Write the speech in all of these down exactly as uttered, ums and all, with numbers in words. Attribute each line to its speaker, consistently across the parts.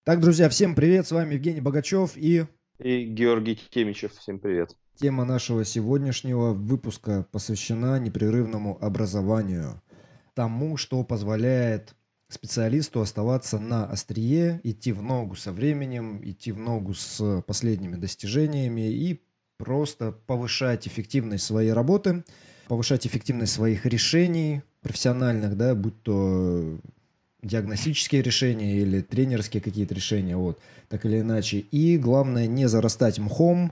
Speaker 1: Так, друзья, всем привет, с вами Евгений Богачев, и
Speaker 2: И Георгий Темичев. Всем привет.
Speaker 1: тема нашего сегодняшнего выпуска посвящена непрерывному образованию, тому, что позволяет специалисту оставаться на острие, идти в ногу со временем, идти в ногу с последними достижениями и просто повышать эффективность своей работы, повышать эффективность своих решений профессиональных, да, будь то диагностические решения или тренерские какие-то решения, вот, так или иначе. И главное, не зарастать мхом,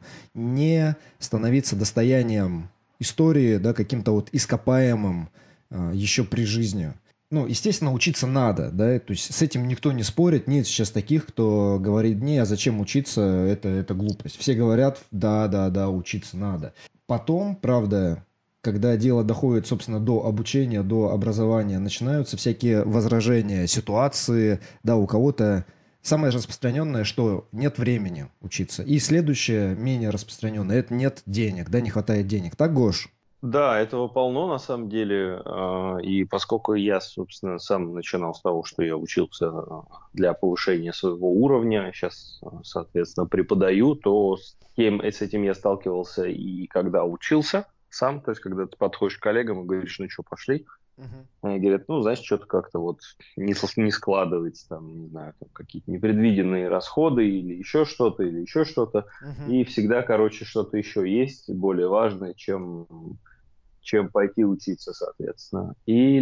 Speaker 1: не становиться достоянием истории, да, каким-то вот ископаемым а, еще при жизни. Ну, естественно, учиться надо, да, то есть с этим никто не спорит, нет сейчас таких, кто говорит, не, а зачем учиться, это, это глупость. Все говорят, да, да, да, учиться надо. Потом, правда, когда дело доходит, собственно, до обучения, до образования, начинаются всякие возражения, ситуации, да, у кого-то самое распространенное, что нет времени учиться. И следующее, менее распространенное, это нет денег, да, не хватает денег. Так, Гош?
Speaker 2: Да, этого полно на самом деле. а, И поскольку я, собственно, сам начинал с того, что я учился а, для повышения своего уровня, сейчас, а, соответственно, преподаю, то с тем, с этим я сталкивался и когда учился сам, то есть когда ты подходишь к коллегам и говоришь, ну что, пошли,
Speaker 1: Мгм.
Speaker 2: они говорят, ну, знаешь, что-то как-то вот не, сл- не складывается, там, не знаю, там какие-то непредвиденные расходы или еще что-то, или еще что-то.
Speaker 1: Мгм.
Speaker 2: И всегда, короче, что-то еще есть более важное, чем, чем пойти учиться, соответственно.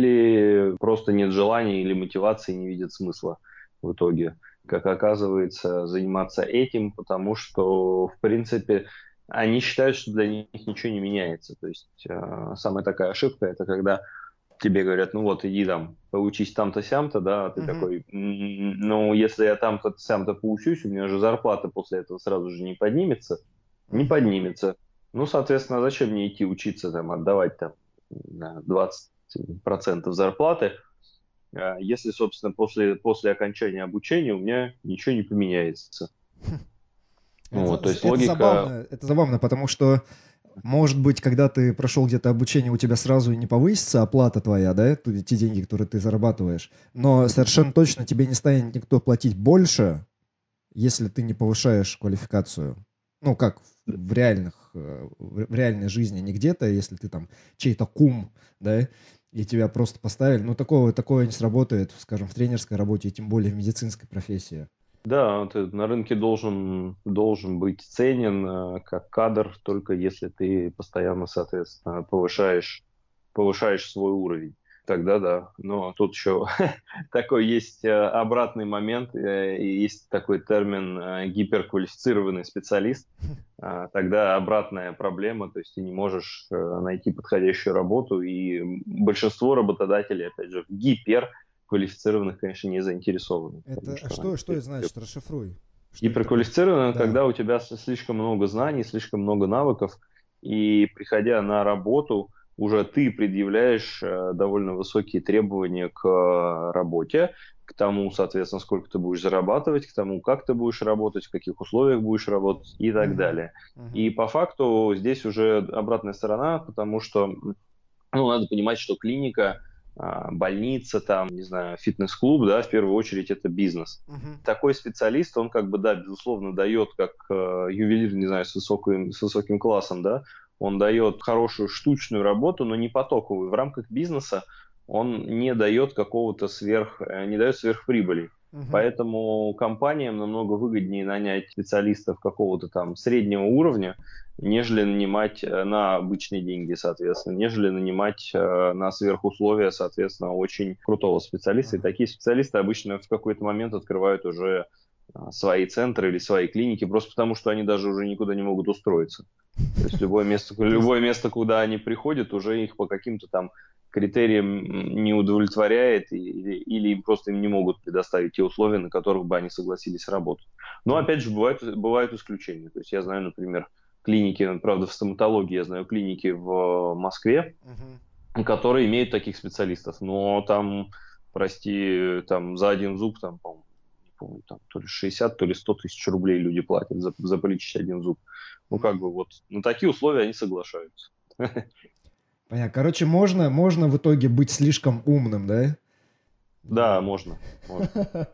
Speaker 2: Или просто нет желания или мотивации, не видят смысла в итоге, как оказывается, заниматься этим, потому что, в принципе, они считают, что для них ничего не меняется. То есть э, самая такая ошибка – это когда тебе говорят, ну вот, иди там, поучись там-то, сям-то, да, а ты
Speaker 1: Мгм.
Speaker 2: такой, «М, ну, если я там-то, сям-то поучусь, у меня же зарплата после этого сразу же не поднимется, не
Speaker 1: Мгм.
Speaker 2: поднимется. Ну, соответственно, зачем мне идти учиться, там, отдавать там не знаю, двадцать процентов зарплаты, а, если, собственно, после, после окончания обучения у меня ничего не поменяется.
Speaker 1: Это,
Speaker 2: Вот,
Speaker 1: за-
Speaker 2: то
Speaker 1: за-
Speaker 2: есть
Speaker 1: это
Speaker 2: логика,
Speaker 1: забавно, это забавно, потому что, может быть, когда ты прошел где-то обучение, у тебя сразу и не повысится оплата твоя, да, ту- те деньги, которые ты зарабатываешь, но совершенно точно тебе не станет никто платить больше, если ты не повышаешь квалификацию. Ну, как в реальных, э, в в реальной жизни, не где-то, если ты там чей-то кум, да, и тебя просто поставили. Ну, такого, такое не сработает, скажем, в тренерской работе, и тем более в медицинской профессии.
Speaker 2: да, ты на рынке должен, должен быть ценен э, как кадр, только если ты постоянно, соответственно, повышаешь, повышаешь свой уровень. Тогда да. Но тут еще такой есть э, обратный момент, э, и есть такой термин э, гиперквалифицированный специалист. А, Тогда обратная проблема, то есть ты не можешь э, найти подходящую работу, и большинство работодателей, опять же, в гиперквалифицированных, конечно, не заинтересованы, потому
Speaker 1: Это, а
Speaker 2: что они
Speaker 1: что, что это значит? Расшифруй. Что это такое?
Speaker 2: гиперквалифицированным,
Speaker 1: Да.
Speaker 2: когда у тебя с- слишком много знаний, слишком много навыков, и приходя на работу, уже ты предъявляешь э, довольно высокие требования к э, работе, к тому, соответственно, сколько ты будешь зарабатывать, к тому, как ты будешь работать, в каких условиях будешь работать и так
Speaker 1: Мгм.
Speaker 2: далее.
Speaker 1: Мгм.
Speaker 2: И по факту здесь уже обратная сторона, потому что ну, надо понимать, что клиника, а, больница, там, не знаю, фитнес-клуб, да, в первую очередь это бизнес.
Speaker 1: Мгм.
Speaker 2: Такой специалист, он как бы, да, безусловно, дает, как э, ювелир, не знаю, с высоким, с высоким классом, да, он дает хорошую штучную работу, но не потоковую. В рамках бизнеса он не дает какого-то сверх, э, не дает сверхприбыли.
Speaker 1: Мгм.
Speaker 2: Поэтому компаниям намного выгоднее нанять специалистов какого-то там среднего уровня, нежели нанимать э, на обычные деньги, соответственно, нежели нанимать э, на сверхусловия, соответственно, очень крутого специалиста. И
Speaker 1: Ага.
Speaker 2: такие специалисты обычно в какой-то момент открывают уже а, свои центры или свои клиники, просто потому что они даже уже никуда не могут устроиться. То есть любое место,
Speaker 1: То есть,
Speaker 2: любое место, куда они приходят, уже их по каким-то там критериям не удовлетворяет, или, или им просто им не могут предоставить те условия, на которых бы они согласились работать. Но
Speaker 1: то-
Speaker 2: опять же, бывают, бывают исключения. То есть я знаю, например, клиники, правда, в стоматологии, я знаю клиники в Москве,
Speaker 1: Мгм.
Speaker 2: которые имеют таких специалистов, но там, прости, там за один зуб, там, по-моему, не помню, там то ли шестьдесят, то ли сто тысяч рублей люди платят за, за полечить один зуб. Ну, как
Speaker 1: М.
Speaker 2: бы вот на такие условия они соглашаются.
Speaker 1: Понятно. Короче, можно, можно в итоге быть слишком умным, да?
Speaker 2: Да,
Speaker 1: Для-
Speaker 2: можно, можно.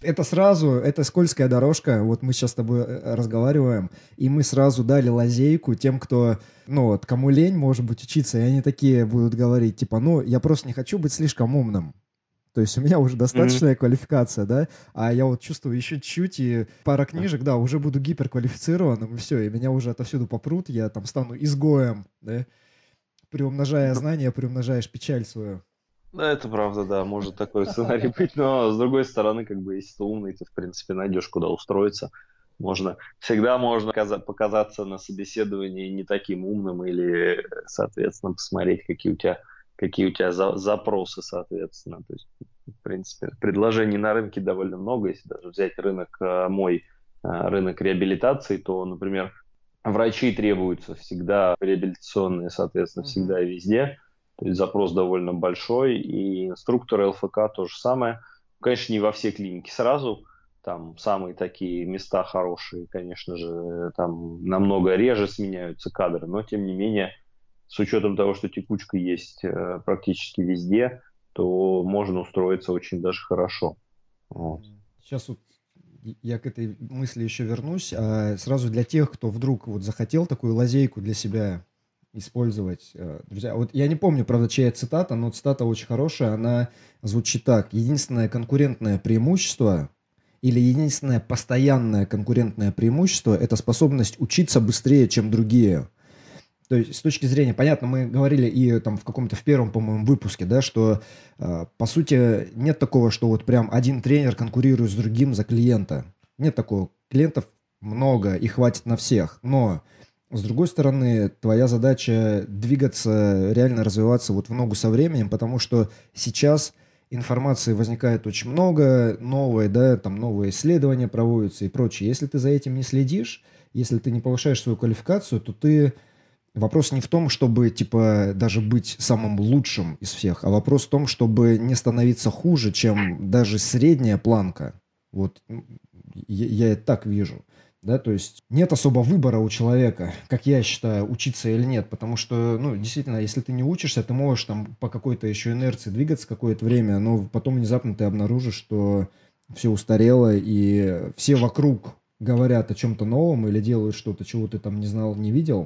Speaker 1: Это сразу, это скользкая дорожка, вот мы сейчас с тобой э, разговариваем, и мы сразу дали лазейку тем, кто, ну вот, кому лень, может быть, учиться, и они такие будут говорить, типа, ну, я просто не хочу быть слишком умным. То есть у меня уже
Speaker 2: Мгм.
Speaker 1: достаточная квалификация, да, а я вот чувствую еще чуть-чуть, и пара книжек, да, уже буду гиперквалифицированным, и все, и меня уже отовсюду попрут, я там стану изгоем, да, приумножая
Speaker 2: Ну,
Speaker 1: знания, приумножаешь печаль свою.
Speaker 2: да, это правда, да, может такой сценарий быть, но с другой стороны, как бы, если ты умный, ты, в принципе, найдешь, куда устроиться. Можно, всегда можно каза- показаться на собеседовании не таким умным или, соответственно, посмотреть, какие у тебя, какие у тебя за- запросы, соответственно. То есть, в принципе, предложений на рынке довольно много. Если даже взять рынок э, мой, э, рынок реабилитации, то, например, врачи требуются всегда, реабилитационные, соответственно,
Speaker 1: Мгм.
Speaker 2: всегда и везде. То есть запрос довольно большой, и инструкторы ЛФК то же самое. Конечно, не во все клиники сразу, там самые такие места хорошие, конечно же, там намного реже сменяются кадры, но тем не менее, с учетом того, что текучка есть э, практически везде, то можно устроиться очень даже хорошо. Вот.
Speaker 1: Сейчас вот и- я к этой мысли еще вернусь. А сразу для тех, кто вдруг вот захотел такую лазейку для себя использовать, э, друзья, вот я не помню, правда, чья цитата, но цитата очень хорошая, она звучит так. Единственное конкурентное преимущество или единственное постоянное конкурентное преимущество – это способность учиться быстрее, чем другие. То есть с точки зрения, понятно, мы говорили и там в каком-то в первом, по-моему, выпуске, да, что э, по сути нет такого, что вот прям один тренер конкурирует с другим за клиента. Нет такого. Клиентов много и хватит на всех. Но с другой стороны, твоя задача двигаться, реально развиваться вот в ногу со временем, потому что сейчас информации возникает очень много, новые, да, там новые исследования проводятся и прочее. Если ты за этим не следишь, если ты не повышаешь свою квалификацию, то ты вопрос не в том, чтобы, типа, даже быть самым лучшим из всех, а вопрос в том, чтобы не становиться хуже, чем даже средняя планка. Вот м, я, я это так вижу. Да, то есть нет особо выбора у человека, как я считаю, учиться или нет, потому что, ну, действительно, если ты не учишься, ты можешь там по какой-то еще инерции двигаться какое-то время, но потом внезапно ты обнаружишь, что все устарело, и все вокруг говорят о чем-то новом или делают что-то, чего ты там не знал, не видел,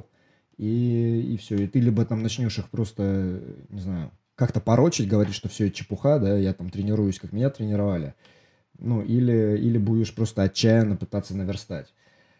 Speaker 1: и, и все. И ты либо там начнешь их просто, не знаю, как-то порочить, говорить, что все это чепуха, да, я там тренируюсь, как меня тренировали. Ну, или, или будешь просто отчаянно пытаться наверстать.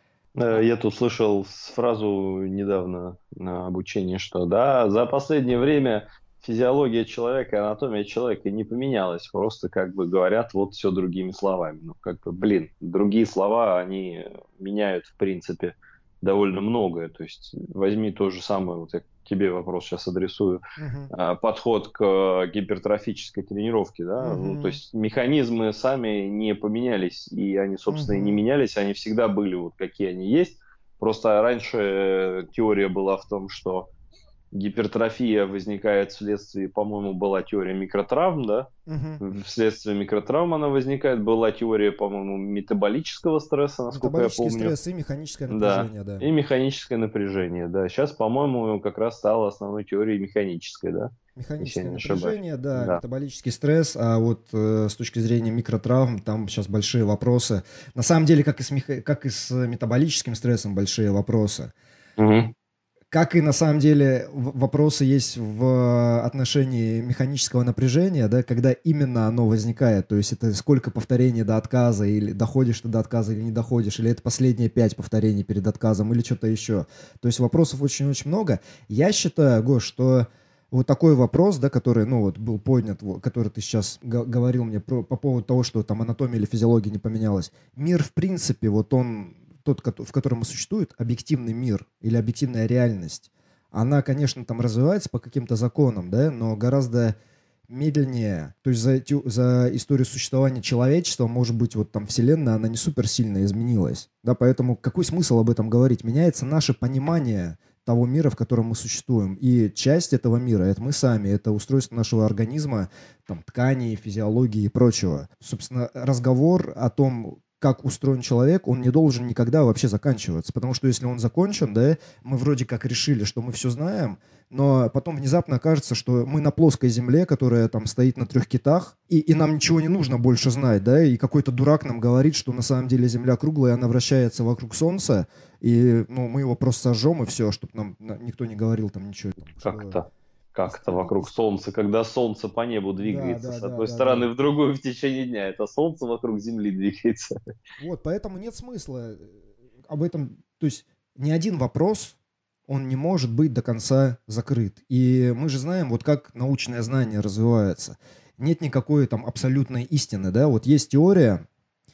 Speaker 2: Э,
Speaker 1: А,
Speaker 2: Я тут слышал с- фразу недавно на обучении, что да, за последнее время физиология человека, анатомия человека не поменялась, просто как бы говорят вот все другими словами. Ну, как бы, блин, другие слова, они меняют, в принципе, довольно многое. То есть возьми то же самое, вот я тебе вопрос сейчас адресую,
Speaker 1: мгм,
Speaker 2: а, подход к э, гипертрофической тренировке, да, ну, то
Speaker 1: мгм,
Speaker 2: есть механизмы сами не поменялись, и они, собственно, и не
Speaker 1: мгм.
Speaker 2: менялись, они всегда были вот какие они есть. Просто раньше э, теория была в том, что гипертрофия возникает вследствие, по-моему, была теория микротравм, да,
Speaker 1: Мгм.
Speaker 2: вследствие микротравм она возникает, была теория, по-моему, метаболического стресса, насколько я
Speaker 1: Метаболический
Speaker 2: помню.
Speaker 1: стресс и механическое
Speaker 2: Да,
Speaker 1: напряжение, да.
Speaker 2: и механическое напряжение, да. Сейчас, по-моему, как раз стало основной теорией механической, да, если я
Speaker 1: Механическое
Speaker 2: не ошибаюсь.
Speaker 1: напряжение, да,
Speaker 2: Да.
Speaker 1: метаболический стресс, а вот э, с точки зрения микротравм там сейчас большие вопросы. На самом деле, как и с, меха- как и с метаболическим стрессом, большие вопросы.
Speaker 2: Мгм.
Speaker 1: Как и на самом деле в- вопросы есть в отношении механического напряжения, да, когда именно оно возникает, то есть это сколько повторений до отказа, или доходишь ты до отказа или не доходишь, или это последние пять повторений перед отказом, или что-то еще. То есть вопросов очень-очень много. Я считаю, Гош, что вот такой вопрос, да, который, ну, вот был поднят, вот, который ты сейчас г- говорил мне про, по поводу того, что там анатомия или физиология не поменялась. Мир, в принципе, вот он тот, кото- в котором и существует объективный мир или объективная реальность, она, конечно, там развивается по каким-то законам, да, но гораздо медленнее. То есть за, эти- за историю существования человечества, может быть, вот там Вселенная, она не супер сильно изменилась. Да, поэтому какой смысл об этом говорить? Меняется наше понимание того мира, в котором мы существуем. И часть этого мира — это мы сами, это устройство нашего организма, там, тканей, физиологии и прочего. Собственно, разговор о том, как устроен человек, он не должен никогда вообще заканчиваться. Потому что если он закончен, да, мы вроде как решили, что мы все знаем, но потом внезапно окажется, что мы на плоской земле, которая там стоит на трех китах, и, и нам ничего не нужно больше знать, да, и какой-то дурак нам говорит, что на самом деле Земля круглая, она вращается вокруг Солнца, и, ну, мы его просто сожжем, и все, чтобы нам на- никто не говорил там ничего. Там,
Speaker 2: Как
Speaker 1: что...
Speaker 2: это? Как это вокруг Солнца, когда Солнце по небу
Speaker 1: Да,
Speaker 2: двигается
Speaker 1: да,
Speaker 2: с
Speaker 1: да,
Speaker 2: одной
Speaker 1: да, да.
Speaker 2: стороны в другую в течение дня, это Солнце вокруг Земли двигается.
Speaker 1: Вот, поэтому нет смысла э, об этом, то есть ни один вопрос, он не может быть до конца закрыт. И мы же знаем, вот как научное знание развивается. Нет никакой там абсолютной истины, да, вот есть теория,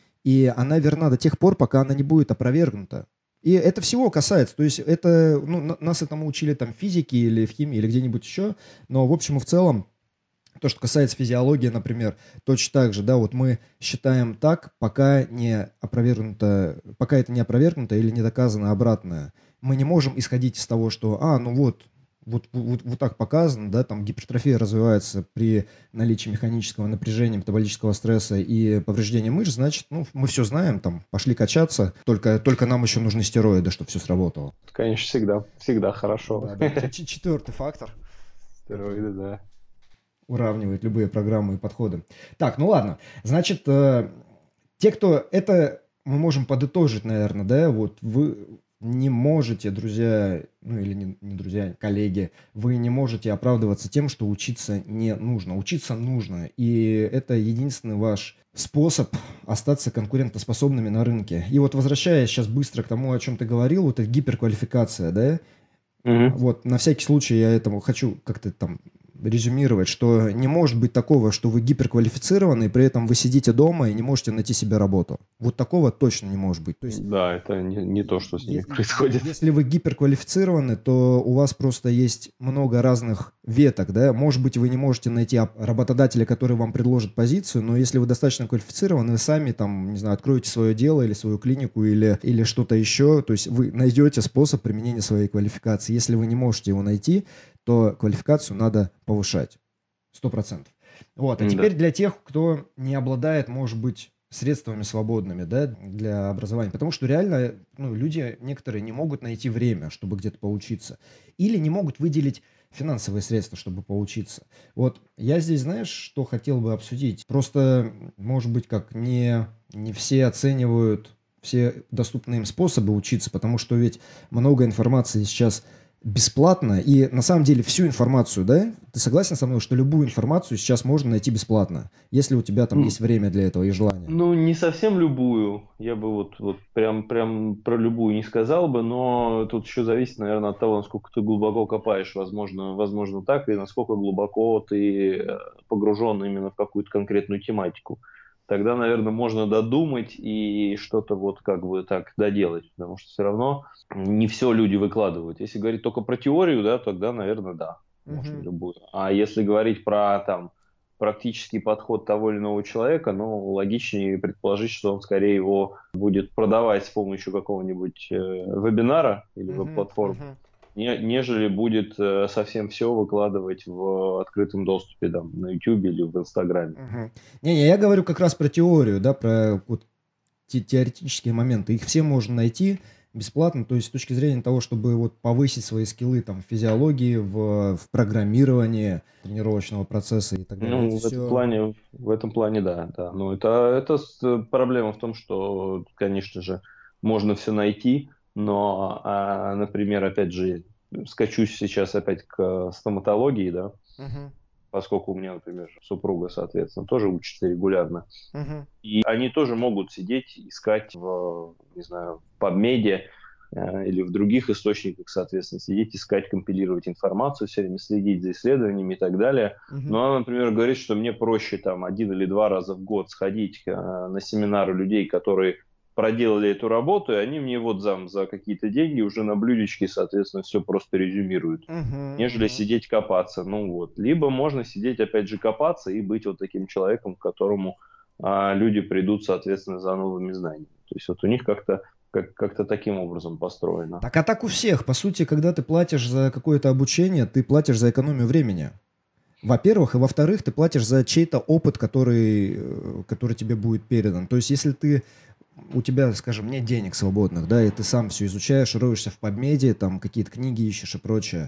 Speaker 1: и она верна до тех пор, пока она не будет опровергнута. И это всего касается, то есть это, ну, на- нас этому учили там в физике или в химии или где-нибудь еще, но в общем и в целом то, что касается физиологии, например, точно так же, да, вот мы считаем так, пока не опровергнуто, пока это не опровергнуто или не доказано обратное. Мы не можем исходить из того, что, а, ну вот, вот, вот, вот так показано, да, там гипертрофия развивается при наличии механического напряжения, метаболического стресса и повреждения мышц, значит, ну, мы все знаем, там, пошли качаться, только, только нам еще нужны стероиды, чтобы все сработало.
Speaker 2: Конечно, всегда, всегда хорошо.
Speaker 1: Да, да. Ч- ч- Четвертый фактор, который
Speaker 2: Стероиды, да.
Speaker 1: уравнивает любые программы и подходы. Так, ну ладно. Значит, э, те, кто это, мы можем подытожить, наверное, да, вот вы не можете, друзья, ну или не, не друзья, коллеги, вы не можете оправдываться тем, что учиться не нужно. Учиться нужно, и это единственный ваш способ остаться конкурентоспособными на рынке. И вот возвращаясь сейчас быстро к тому, о чем ты говорил, вот эта гиперквалификация, да,
Speaker 2: Мгм.
Speaker 1: вот, на всякий случай я этому хочу как-то там резюмировать, что не может быть такого, что вы гиперквалифицированы, и при этом вы сидите дома и не можете найти себе работу. Вот такого точно не может быть. То есть
Speaker 2: Да, это не, не то, что с ними
Speaker 1: е-
Speaker 2: происходит.
Speaker 1: если вы гиперквалифицированы, то у вас просто есть много разных веток, да. Может быть, вы не можете найти об- работодателя, который вам предложит позицию, но если вы достаточно квалифицированы, вы сами там, не знаю, откроете свое дело или свою клинику или, или что-то еще, то есть вы найдете способ применения своей квалификации. Если вы не можете его найти, то квалификацию надо повышать. Сто процентов. Вот. А
Speaker 2: Да.
Speaker 1: теперь для тех, кто не обладает, может быть, средствами свободными, да, для образования. Потому что реально, ну, люди некоторые не могут найти время, чтобы где-то поучиться. Или не могут выделить финансовые средства, чтобы поучиться. Вот я здесь, знаешь, что хотел бы обсудить? Просто, может быть, как не, не все оценивают все доступные им способы учиться, потому что ведь много информации сейчас бесплатно, и на самом деле всю информацию, да, ты согласен со мной, что любую информацию сейчас можно найти бесплатно, если у тебя там
Speaker 2: М,
Speaker 1: есть время для этого и желание?
Speaker 2: Ну, не совсем любую. Я бы вот, вот прям, прям про любую не сказал бы, но тут еще зависит, наверное, от того, насколько ты глубоко копаешь. Возможно, возможно так, и насколько глубоко ты э, погружен именно в какую-то конкретную тематику. Тогда, наверное, можно додумать и что-то вот как бы так доделать, потому что все равно не все люди выкладывают. Если говорить только про теорию, да, тогда, наверное, да, можно
Speaker 1: Мгм.
Speaker 2: любую. А если говорить про там практический подход того или иного человека, ну, логичнее предположить, что он скорее его будет продавать с помощью какого-нибудь э, вебинара или
Speaker 1: Мгм.
Speaker 2: веб-платформы,
Speaker 1: Мгм.
Speaker 2: не- нежели будет э, совсем все выкладывать в открытом доступе там, на YouTube или в Инстаграме.
Speaker 1: Мгм. Не-не, я говорю как раз про теорию, да, про вот те- теоретические моменты. Их все можно найти бесплатно, то есть с точки зрения того, чтобы вот повысить свои скиллы там в физиологии, в, в программировании тренировочного процесса и так далее. Это
Speaker 2: Ну, в этом
Speaker 1: все...
Speaker 2: плане, в этом плане, да, да. Ну, это, это с- проблема в том, что, конечно же, можно все найти, но, а, например, опять же, скачусь сейчас опять к стоматологии, да,
Speaker 1: Мгм.
Speaker 2: поскольку у меня, например, супруга, соответственно, тоже учится регулярно.
Speaker 1: Мгм.
Speaker 2: И они тоже могут сидеть, искать в, не знаю, в PubMed э, или в других источниках, соответственно, сидеть, искать, компилировать информацию, все время следить за исследованиями и так далее.
Speaker 1: Мгм.
Speaker 2: Но она, например, говорит, что мне проще там один или два раза в год сходить э, на семинары людей, которые проделали эту работу, и они мне вот за, за какие-то деньги уже на блюдечке, соответственно, все просто резюмируют,
Speaker 1: Мгм.
Speaker 2: нежели
Speaker 1: Мгм.
Speaker 2: сидеть копаться. Ну вот. Либо можно сидеть, опять же, копаться и быть вот таким человеком, к которому а люди придут, соответственно, за новыми знаниями. То есть вот у них как-то как, как-то таким образом построено.
Speaker 1: Так, а так у всех. По сути, когда ты платишь за какое-то обучение, ты платишь за экономию времени. Во-первых, и во-вторых, ты платишь за чей-то опыт, который, э, который тебе будет передан. То есть, если ты у тебя, скажем, нет денег свободных, да, и ты сам все изучаешь, роешься в PubMed, там какие-то книги ищешь и прочее,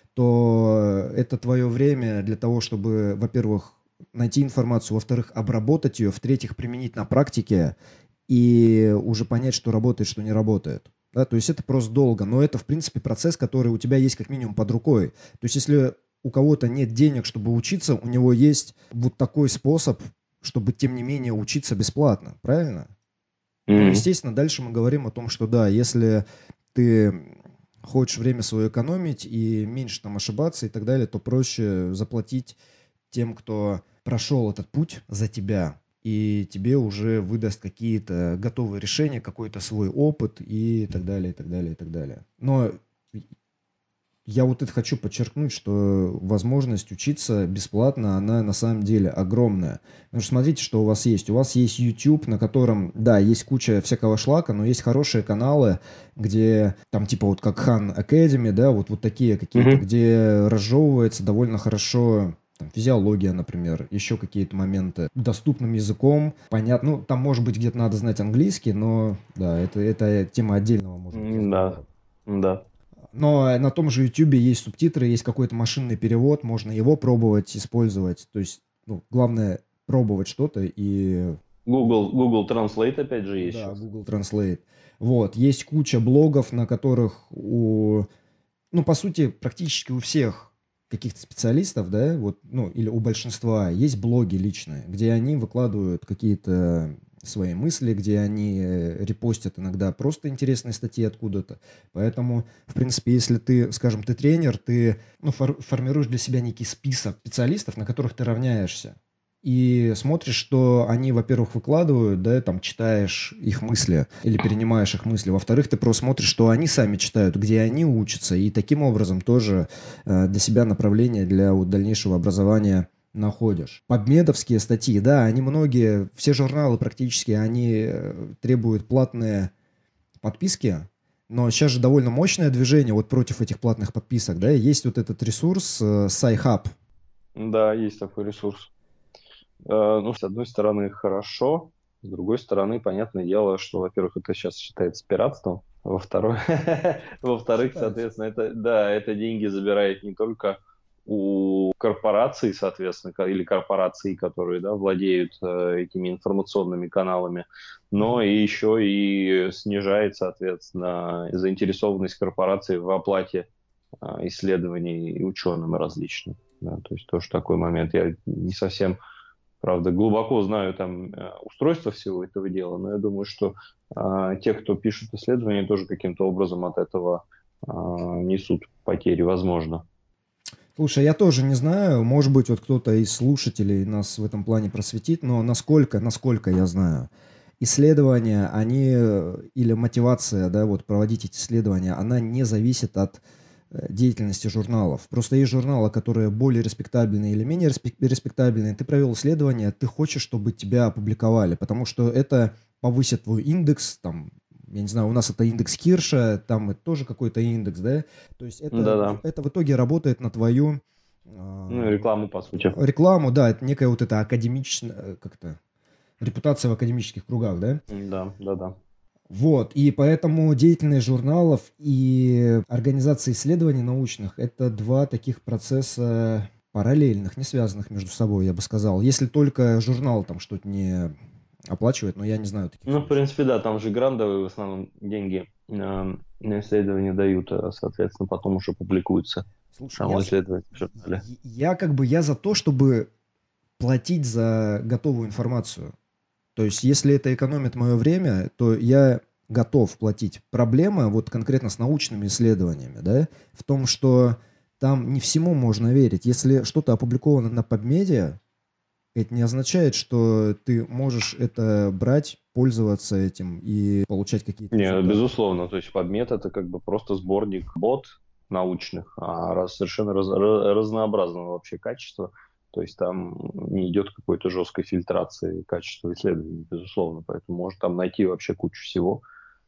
Speaker 1: то это твое время для того, чтобы, во-первых, найти информацию, во-вторых, обработать ее, в-третьих, применить на практике и уже понять, что работает, что не работает. Да, то есть это просто долго, но это, в принципе, процесс, который у тебя есть как минимум под рукой. То есть если у кого-то нет денег, чтобы учиться, у него есть вот такой способ, чтобы, тем не менее, учиться бесплатно, правильно? Ну,
Speaker 2: Мгм.
Speaker 1: естественно, дальше мы говорим о том, что да, если ты хочешь время свое экономить и меньше там ошибаться и так далее, то проще заплатить тем, кто прошел этот путь за тебя, и тебе уже выдаст какие-то готовые решения, какой-то свой опыт и так далее, и так далее, и так далее. Но я вот это хочу подчеркнуть, что возможность учиться бесплатно, она на самом деле огромная. Потому что смотрите, что у вас есть. У вас есть YouTube, на котором, да, есть куча всякого шлака, но есть хорошие каналы, где там типа вот как Khan Academy, да, вот, вот такие какие-то,
Speaker 2: Мгм.
Speaker 1: где разжевывается довольно хорошо там, физиология, например, еще какие-то моменты доступным языком, понятно, ну, там, может быть, где-то надо знать английский, но, да, это, это тема отдельного, может быть,
Speaker 2: М, Да,
Speaker 1: разговора.
Speaker 2: да.
Speaker 1: Но на том же YouTube есть субтитры, есть какой-то машинный перевод, можно его пробовать использовать. То есть, ну, главное пробовать что-то и,
Speaker 2: Google, Google Translate опять же есть
Speaker 1: да,
Speaker 2: сейчас.
Speaker 1: Google Translate. Вот, есть куча блогов, на которых у, ну, по сути, практически у всех каких-то специалистов, да, вот, ну, или у большинства есть блоги личные, где они выкладывают какие-то свои мысли, где они э, репостят иногда просто интересные статьи откуда-то. Поэтому, в принципе, если ты, скажем, ты тренер, ты, ну, фор- формируешь для себя некий список специалистов, на которых ты равняешься. И смотришь, что они, во-первых, выкладывают, да, там читаешь их мысли или перенимаешь их мысли. Во-вторых, ты просто смотришь, что они сами читают, где они учатся, и таким образом тоже э, для себя направление для вот, дальнейшего образования находишь. Подмедовские статьи, да, они многие, все журналы практически, они э, требуют платные подписки, но сейчас же довольно мощное движение вот против этих платных подписок, да, есть вот этот ресурс э, SciHub.
Speaker 2: Да, есть такой ресурс. Э, Ну, с одной стороны, хорошо, с другой стороны, понятное дело, что, во-первых, это сейчас считается пиратством, во-вторых, во-вторых,
Speaker 1: Считается.
Speaker 2: соответственно, это, да, это деньги забирает не только у корпораций, соответственно, ко- или корпораций, которые, да, владеют э, этими информационными каналами, но
Speaker 1: Мгм.
Speaker 2: и еще и снижает, соответственно, заинтересованность корпораций в оплате а, исследований ученым различным. Да, то есть тоже такой момент. Я не совсем, правда, глубоко знаю там э, устройство всего этого дела, но я думаю, что э, те, кто пишет исследования, тоже каким-то образом от этого э, несут потери, возможно.
Speaker 1: Слушай, я тоже не знаю, может быть, вот кто-то из слушателей нас в этом плане просветит, но насколько, насколько я знаю, исследования, они, э, или мотивация, да, вот проводить эти исследования, она не зависит от э, деятельности журналов. Просто есть журналы, которые более респектабельные или менее респек- респектабельные. Ты провел исследование, ты хочешь, чтобы тебя опубликовали, потому что это повысит твой индекс, там, я не знаю, у нас это индекс Кирша, там это тоже какой-то индекс, да, то есть это,
Speaker 2: Да-да.
Speaker 1: это в итоге работает на твою
Speaker 2: Ну,
Speaker 1: а,
Speaker 2: рекламу, по сути.
Speaker 1: рекламу, да, это некая вот эта академичная, как-то, репутация в академических кругах, да.
Speaker 2: Да, да-да.
Speaker 1: Вот, и поэтому деятельность журналов и организация исследований научных — это два таких процесса параллельных, не связанных между собой, я бы сказал. Если только журнал там что-то не оплачивает, но я не знаю таких
Speaker 2: Ну, в
Speaker 1: случаев.
Speaker 2: принципе, да, там же грантовые в основном деньги э, на исследования дают, а, соответственно, потом уже публикуются
Speaker 1: Слушай, я,
Speaker 2: само
Speaker 1: с-
Speaker 2: исследование в журнале.
Speaker 1: я как бы я за то, чтобы платить за готовую информацию. То есть, если это экономит мое время, то я готов платить. Проблема вот конкретно с научными исследованиями, да, в том, что там не всему можно верить. Если что-то опубликовано на PubMed, это не означает, что ты можешь это брать, пользоваться этим и получать какие-то
Speaker 2: Не,
Speaker 1: результаты.
Speaker 2: безусловно, то есть подмет это как бы просто сборник бот научных, а раз, совершенно раз- ra- разнообразного вообще качества, то есть там не идет какой-то жесткой фильтрации качества исследований, безусловно, поэтому можно там найти вообще кучу всего.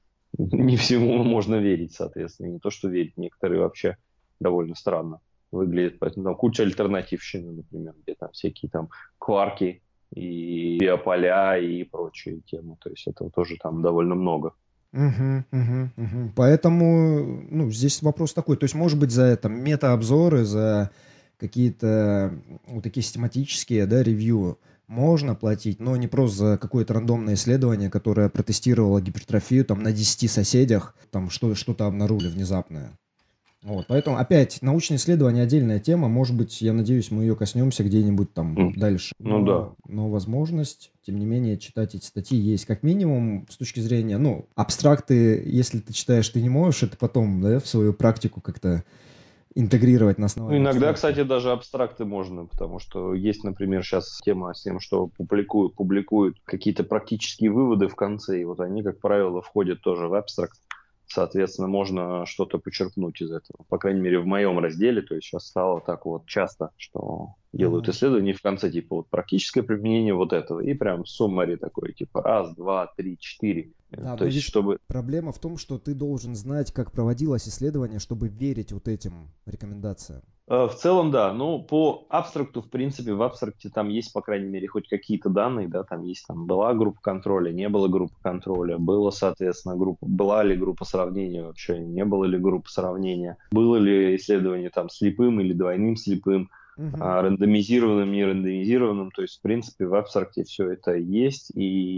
Speaker 2: Не всему можно верить, соответственно, не то, что верить, некоторые вообще довольно странно выглядят, поэтому там куча альтернативщины, например, где там всякие там кварки, и биополя, и прочие темы. То есть этого тоже там довольно много.
Speaker 1: Мгм, мгм, мгм. Поэтому, ну, здесь вопрос такой, то есть, может быть, за там мета-обзоры, за какие-то м, вот такие систематические, да, ревью можно платить, но не просто за какое-то рандомное исследование, которое протестировало гипертрофию там на десяти соседях, там что, что-то обнаружили внезапное. Вот, поэтому опять научное исследование отдельная тема. Может быть, я надеюсь, мы ее коснемся где-нибудь там
Speaker 2: М.
Speaker 1: дальше.
Speaker 2: Ну да.
Speaker 1: Но, но возможность, тем не менее, читать эти статьи есть. Как минимум, с точки зрения, ну, абстракты, если ты читаешь, ты не можешь это потом, да, в свою практику как-то интегрировать на
Speaker 2: Ну,
Speaker 1: основании
Speaker 2: иногда,
Speaker 1: абстракта.
Speaker 2: кстати, даже абстракты можно, потому что есть, например, сейчас тема с тем, что публикуют, публикуют какие-то практические выводы в конце, и вот они, как правило, входят тоже в абстракт. Соответственно, можно что-то почерпнуть из этого. По крайней мере, в моем разделе, то есть сейчас стало так вот часто, что делают
Speaker 1: Мгм.
Speaker 2: исследования в конце, типа вот практическое применение вот этого, и прям суммари такой, типа раз, два, три, четыре. Э,
Speaker 1: Да,
Speaker 2: То
Speaker 1: но
Speaker 2: есть,
Speaker 1: видишь,
Speaker 2: чтобы
Speaker 1: проблема в том, что ты должен знать, как проводилось исследование, чтобы верить вот этим рекомендациям.
Speaker 2: Э, В целом, да. Ну, по абстракту, в принципе, в абстракте там есть, по крайней мере, хоть какие-то данные, да, там есть, там была группа контроля, не было группы контроля, было, соответственно, группа, была ли группа сравнения вообще, не было ли группы сравнения, было ли исследование там слепым или двойным слепым,
Speaker 1: Мгм.
Speaker 2: а, рандомизированным, не рандомизированным, то есть, в принципе, в абстракте все это есть,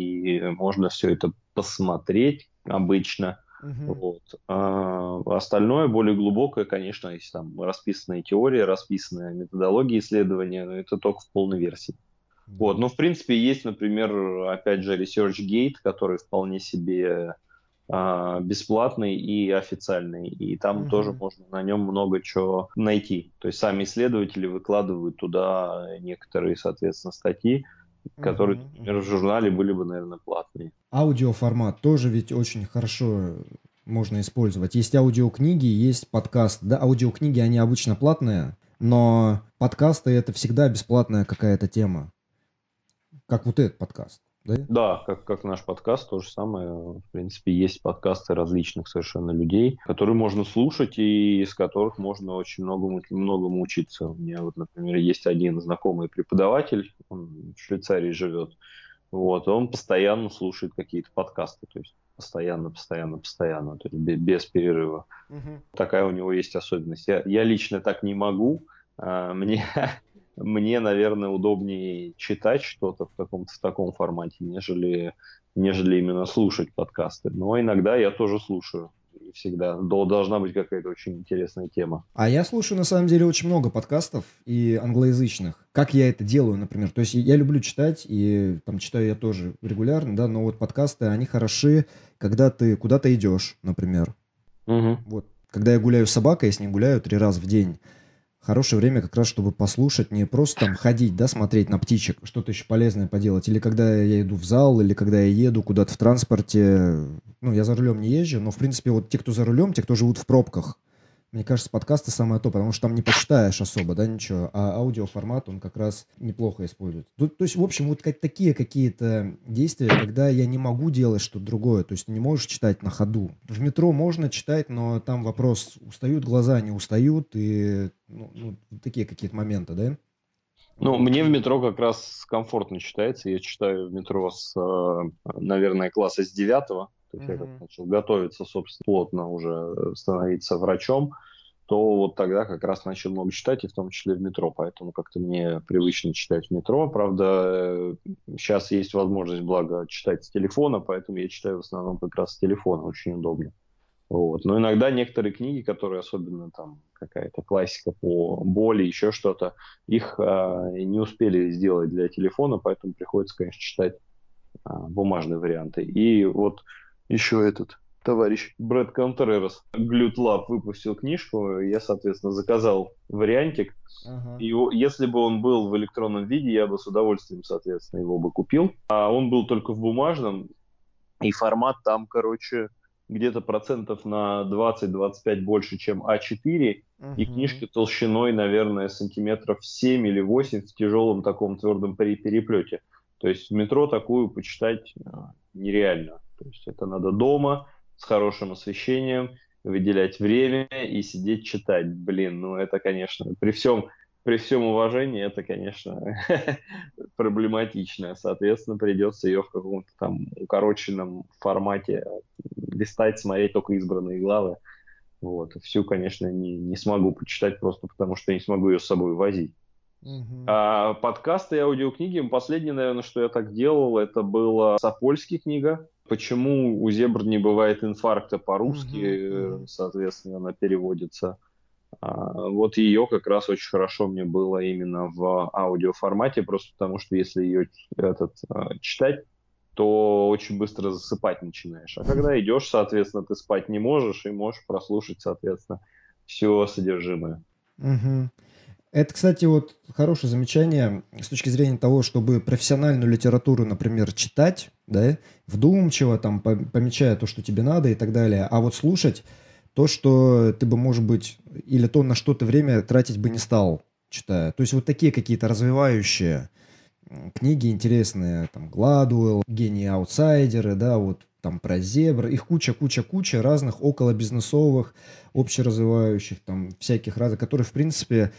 Speaker 2: и можно все это посмотреть обычно.
Speaker 1: Мгм.
Speaker 2: Вот. А остальное, более глубокое, конечно, есть там расписанные теории, расписанная методология исследования, но это только в полной версии. Вот.
Speaker 1: Да.
Speaker 2: Но, в принципе, есть, например, опять же, ResearchGate, который вполне себе а, бесплатный и официальный, и там тоже
Speaker 1: Мгм.
Speaker 2: можно на нем много чего найти. То есть сами исследователи выкладывают туда некоторые, соответственно, статьи, которые,
Speaker 1: Мгм.
Speaker 2: например, в
Speaker 1: Мгм.
Speaker 2: журнале были бы, наверное, платные.
Speaker 1: Аудиоформат тоже ведь очень хорошо можно использовать. Есть аудиокниги, есть подкаст. Да, аудиокниги, они обычно платные, но подкасты — это всегда бесплатная какая-то тема. Как вот этот подкаст, да?
Speaker 2: Да, как, как наш подкаст, то же самое. В принципе, есть подкасты различных совершенно людей, которые можно слушать и из которых можно очень многому, многому учиться. У меня вот, например, есть один знакомый преподаватель, он в Швейцарии живет, вот, он постоянно слушает какие-то подкасты, то есть постоянно, постоянно, постоянно, то есть бе- без перерыва.
Speaker 1: Мгм.
Speaker 2: Такая у него есть особенность. Я, я лично так не могу. А, Мне, мне, наверное, удобнее читать что-то в каком-то в таком формате, нежели, нежели именно слушать подкасты. Но иногда я тоже слушаю. И всегда До- должна быть какая-то очень интересная тема.
Speaker 1: А я слушаю, на самом деле, очень много подкастов и англоязычных. Как я это делаю, например. То есть я люблю читать, и там читаю я тоже регулярно, да, но вот подкасты, они хороши, когда ты куда-то идешь, например.
Speaker 2: Мгм.
Speaker 1: Вот. Когда я гуляю с собакой, я с ней гуляю три раза в день. Хорошее время как раз, чтобы послушать, не просто там ходить, да, смотреть на птичек, что-то еще полезное поделать. Или когда я иду в зал, или когда я еду куда-то в транспорте. Ну, я за рулем не езжу, но, в принципе, вот те, кто за рулем, те, кто живут в пробках, мне кажется, подкасты самое то, потому что там не почитаешь особо, да, ничего, а аудиоформат, он как раз неплохо использует. То, то есть, в общем, вот как такие какие-то действия, когда я не могу делать что-то другое, то есть ты не можешь читать на ходу. В метро можно читать, но там вопрос, устают глаза, не устают, и ну, ну, такие какие-то моменты, да?
Speaker 2: Ну,
Speaker 1: Вот,
Speaker 2: мне в
Speaker 1: и...
Speaker 2: метро как раз комфортно читается. Я читаю в метро с, э, наверное, класса с девятого. То есть я как
Speaker 1: Мгм.
Speaker 2: начал готовиться, собственно, плотно уже э, становиться врачом, то вот тогда как раз начал много читать, и в том числе в метро. Поэтому как-то мне привычно читать в метро. Правда, сейчас есть возможность, благо, читать с телефона, поэтому я читаю в основном как раз с телефона. Очень удобно. Вот. Но иногда некоторые книги, которые особенно там какая-то классика по боли, еще что-то, их а, не успели сделать для телефона, поэтому приходится, конечно, читать а, бумажные варианты. И вот еще этот товарищ Брэд Контрерас, Glute Lab, выпустил книжку, я, соответственно, заказал вариантик.
Speaker 1: Ага.
Speaker 2: И его- если бы он был в электронном виде, я бы с удовольствием, соответственно, его бы купил. А он был только в бумажном, и формат там, короче, где-то процентов на двадцать-двадцать пять больше, чем а четыре. И
Speaker 1: Мгм.
Speaker 2: книжки толщиной, наверное, сантиметров семь или восемь в тяжелом таком твердом пере- переплете. То есть в метро такую почитать а, нереально. То есть это надо дома с хорошим освещением, выделять время и сидеть читать. Блин, ну это, конечно, при всем при всем уважении это, конечно, проблематично. Соответственно, придется ее в каком-то там укороченном формате листать, смотреть только избранные главы. Вот. Всю, конечно, не, не смогу почитать просто потому, что не смогу ее с собой возить.
Speaker 1: Мгм.
Speaker 2: А подкасты и аудиокниги, последнее, наверное, что я так делал, это была Сапольский книга. Почему у зебр не бывает инфаркта
Speaker 1: Мгм.
Speaker 2: по-русски,
Speaker 1: Мгм.
Speaker 2: соответственно, она переводится. А, вот ее как раз очень хорошо мне было именно в аудиоформате, просто потому что если ее этот, а, читать, то очень быстро засыпать начинаешь. А когда идешь, соответственно, ты спать не можешь и можешь прослушать, соответственно, все содержимое.
Speaker 1: Мгм. Это, кстати, вот хорошее замечание с точки зрения того, чтобы профессиональную литературу, например, читать, да, вдумчиво, там, по- помечая то, что тебе надо и так далее, а вот слушать то, что ты бы, может быть, или то, на что ты время тратить бы не стал, читая. То есть вот такие какие-то развивающие м, книги интересные, там, Гладуэлл, гении-аутсайдеры, да, вот там про зебр, их куча-куча-куча разных околобизнесовых, общеразвивающих, там, всяких разных, которые, в принципе,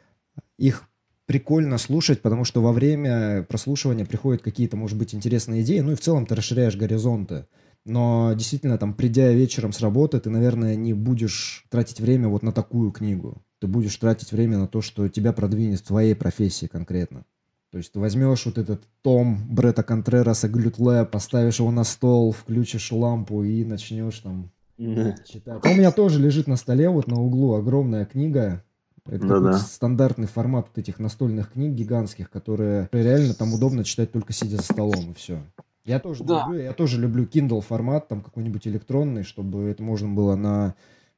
Speaker 1: их прикольно слушать, потому что во время прослушивания приходят какие-то, может быть, интересные идеи, ну и в целом ты расширяешь горизонты. Но действительно, там, придя вечером с работы, ты, наверное, не будешь тратить время вот на такую книгу. Ты будешь тратить время на то, что тебя продвинет в твоей профессии конкретно. То есть ты возьмешь вот этот том Бретта Контрераса «Глют-Лэб», поставишь его на стол, включишь лампу и начнешь там читать. А у меня тоже лежит на столе, вот на углу, огромная книга. Это какой-то
Speaker 2: Да-да.
Speaker 1: стандартный формат вот этих настольных книг гигантских, которые реально там удобно читать только сидя за столом, и все. Я тоже
Speaker 2: Да.
Speaker 1: люблю, я тоже люблю Kindle формат, там какой-нибудь электронный, чтобы это можно было на,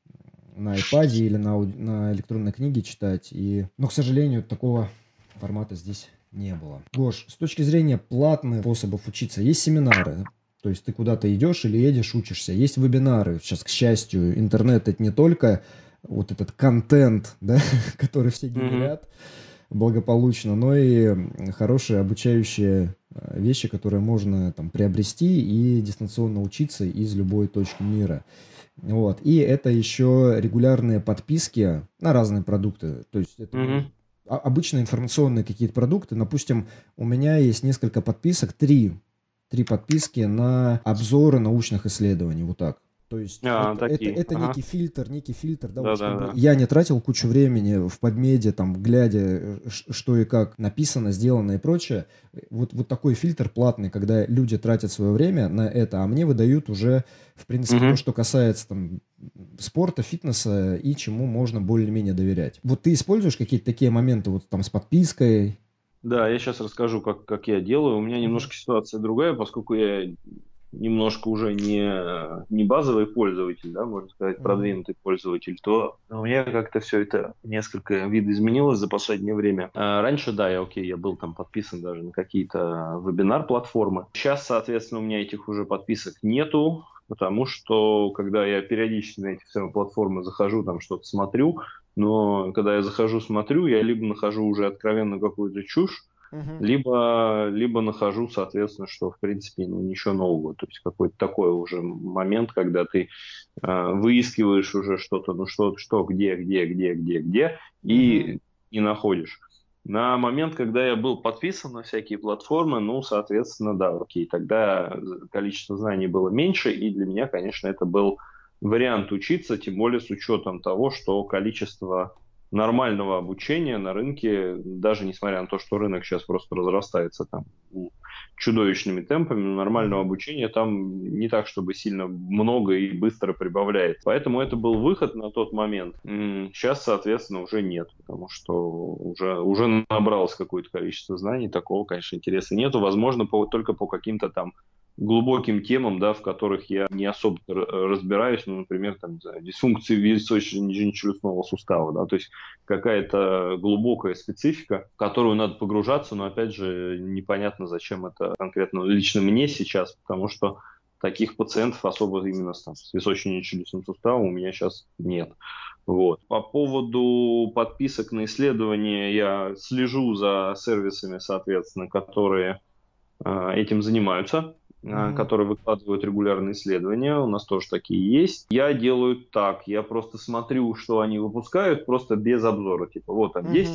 Speaker 1: на iPad или на, ауди- на электронной книге читать. И... Но, к сожалению, такого формата здесь не было. Гош, с точки зрения платных способов учиться, есть семинары. То есть ты куда-то идешь или едешь, учишься. Есть вебинары. Сейчас, к счастью, интернет это не только вот этот контент, да, который все
Speaker 2: Мгм.
Speaker 1: генерят благополучно, но и хорошие обучающие э, вещи, которые можно там приобрести и дистанционно учиться из любой точки мира. Вот. И это еще регулярные подписки на разные продукты. То есть это может
Speaker 2: Мгм.
Speaker 1: а- обычно информационные какие-то продукты. Допустим, у меня есть несколько подписок, три, три подписки на обзоры научных исследований. Вот так. То есть
Speaker 2: А,
Speaker 1: это, это,
Speaker 2: такие.
Speaker 1: это
Speaker 2: Ага.
Speaker 1: некий фильтр, некий фильтр, да, вот чтобы
Speaker 2: Да-да-да.
Speaker 1: я не тратил кучу времени в подмеде, там, глядя, э, ш- что и как написано, сделано и прочее. Вот, вот такой фильтр платный, когда люди тратят свое время на это, а мне выдают уже, в принципе, то,
Speaker 2: Мгм.
Speaker 1: что касается там спорта, фитнеса и чему можно более-менее доверять. Вот ты используешь какие-то такие моменты вот там с подпиской?
Speaker 2: Да, я сейчас расскажу, как, как я делаю. У меня
Speaker 1: Мгм.
Speaker 2: немножко ситуация другая, поскольку я немножко уже не, не базовый пользователь, да, можно сказать,
Speaker 1: Мгм.
Speaker 2: продвинутый пользователь, то у меня как-то все это несколько видоизменилось за последнее время. А раньше, да, я окей, я был там подписан даже на какие-то вебинар-платформы. Сейчас, соответственно, у меня этих уже подписок нету, потому что когда я периодически на эти все платформы захожу, там что-то смотрю, но когда я захожу, смотрю, я либо нахожу уже откровенно какую-то чушь,
Speaker 1: Мгм.
Speaker 2: либо, либо нахожу, соответственно, что, в принципе, ну, ничего нового. То есть какой-то такой уже момент, когда ты э, выискиваешь уже что-то, ну, что, что, где, где, где, где, где,
Speaker 1: Мгм.
Speaker 2: и не находишь. На момент, когда я был подписан на всякие платформы, ну, соответственно, да, окей, тогда количество знаний было меньше, и для меня, конечно, это был вариант учиться, тем более с учетом того, что количество нормального обучения на рынке, даже несмотря на то, что рынок сейчас просто разрастается там чудовищными темпами, но нормального
Speaker 1: Мгм.
Speaker 2: обучения там не так, чтобы сильно много и быстро прибавляет. Поэтому это был выход на тот момент. Сейчас, соответственно, уже нет, потому что уже, уже набралось какое-то количество знаний, такого, конечно, интереса нету. Возможно, по, только по каким-то там глубоким темам, да, в которых я не особо разбираюсь, ну, например, там, не знаю, дисфункции височно-челюстного сустава, да, то есть какая-то глубокая специфика, в которую надо погружаться, но, опять же, непонятно, зачем это конкретно лично мне сейчас, потому что таких пациентов особо именно с, там, с височно-челюстным суставом у меня сейчас нет. Вот. По поводу подписок на исследования я слежу за сервисами, соответственно, которые э, этим занимаются, э,
Speaker 1: Мгм.
Speaker 2: которые выкладывают регулярные исследования. У нас тоже такие есть. Я делаю так. Я просто смотрю, что они выпускают, просто без обзора. Типа, вот там десять
Speaker 1: Мгм.
Speaker 2: исследований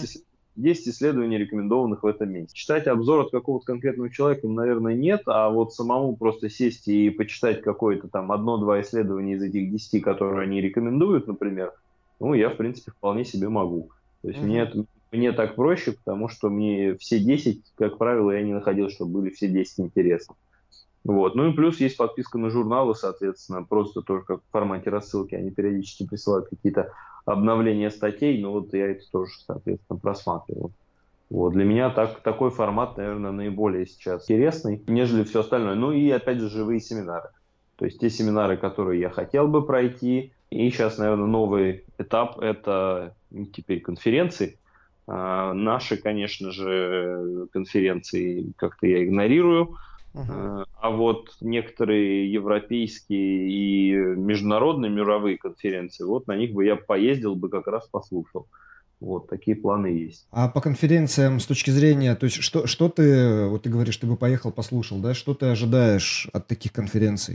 Speaker 2: десять исследований, рекомендованных в этом месяце. Читать обзор от какого-то конкретного человека, наверное, нет, а вот самому просто сесть и почитать какое-то там одно-два исследования из этих десяти, которые они рекомендуют, например, ну, я, в принципе, вполне себе могу. То есть мне,
Speaker 1: Мгм.
Speaker 2: это- мне так проще, потому что мне все десять, как правило, я не находил, чтобы были все десять интересны. Вот. Ну и плюс есть подписка на журналы, соответственно, просто только в формате рассылки. Они периодически присылают какие-то обновления статей, но вот я это тоже, соответственно, просматривал. Вот. Для меня так, такой формат, наверное, наиболее сейчас интересный, нежели все остальное. Ну и, опять же, живые семинары. То есть те семинары, которые я хотел бы пройти. И сейчас, наверное, новый этап – это ну, теперь конференции. А, наши, конечно же, конференции как-то я игнорирую.
Speaker 1: Мгм.
Speaker 2: Э, А вот некоторые европейские и международные мировые конференции, вот на них бы я поездил бы, как раз послушал. Вот такие планы есть.
Speaker 1: А по конференциям с точки зрения, то есть что, что ты, вот ты говоришь, ты бы поехал, послушал, да, что ты ожидаешь от таких конференций?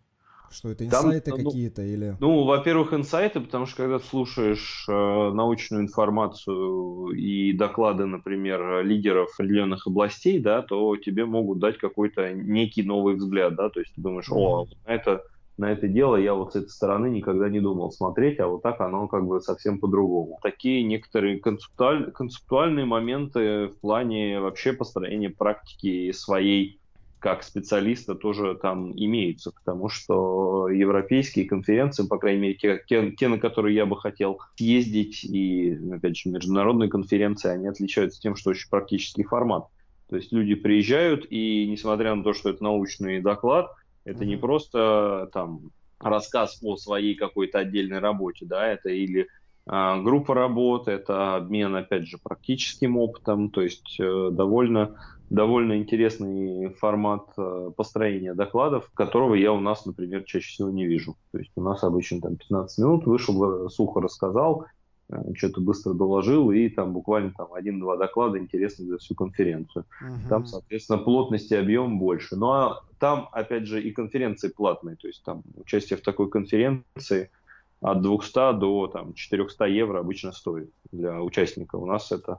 Speaker 1: Что это,
Speaker 2: Там,
Speaker 1: инсайты
Speaker 2: ну,
Speaker 1: какие-то или...
Speaker 2: ну, во-первых, инсайты, потому что когда ты слушаешь э, научную информацию и доклады, например, лидеров определенных областей, да, то тебе могут дать какой-то некий новый взгляд, да, то есть ты думаешь, о,
Speaker 1: Мгм.
Speaker 2: вот на это, на это дело я вот с этой стороны никогда не думал смотреть, а вот так оно как бы совсем по-другому. Такие некоторые концептуаль- концептуальные моменты в плане вообще построения практики своей как специалиста тоже там имеются, потому что европейские конференции, по крайней мере, те, те, те, на которые я бы хотел съездить, и, опять же, международные конференции, они отличаются тем, что очень практический формат. То есть люди приезжают, и несмотря на то, что это научный доклад, это не
Speaker 1: Мгм.
Speaker 2: просто там рассказ о своей какой-то отдельной работе, да, это или а, группа работы, это обмен, опять же, практическим опытом, то есть э, довольно довольно интересный формат э, построения докладов, которого я у нас, например, чаще всего не вижу. То есть у нас обычно там пятнадцать минут, вышел, э, сухо рассказал, э, что-то быстро доложил, и там буквально там один-два доклада интересных за всю конференцию. Там,
Speaker 1: Мгм.
Speaker 2: соответственно, плотность и объем больше. Ну а там, опять же, и конференции платные, то есть там участие в такой конференции от двухсот до там, четырехсот евро обычно стоит для участника. У нас это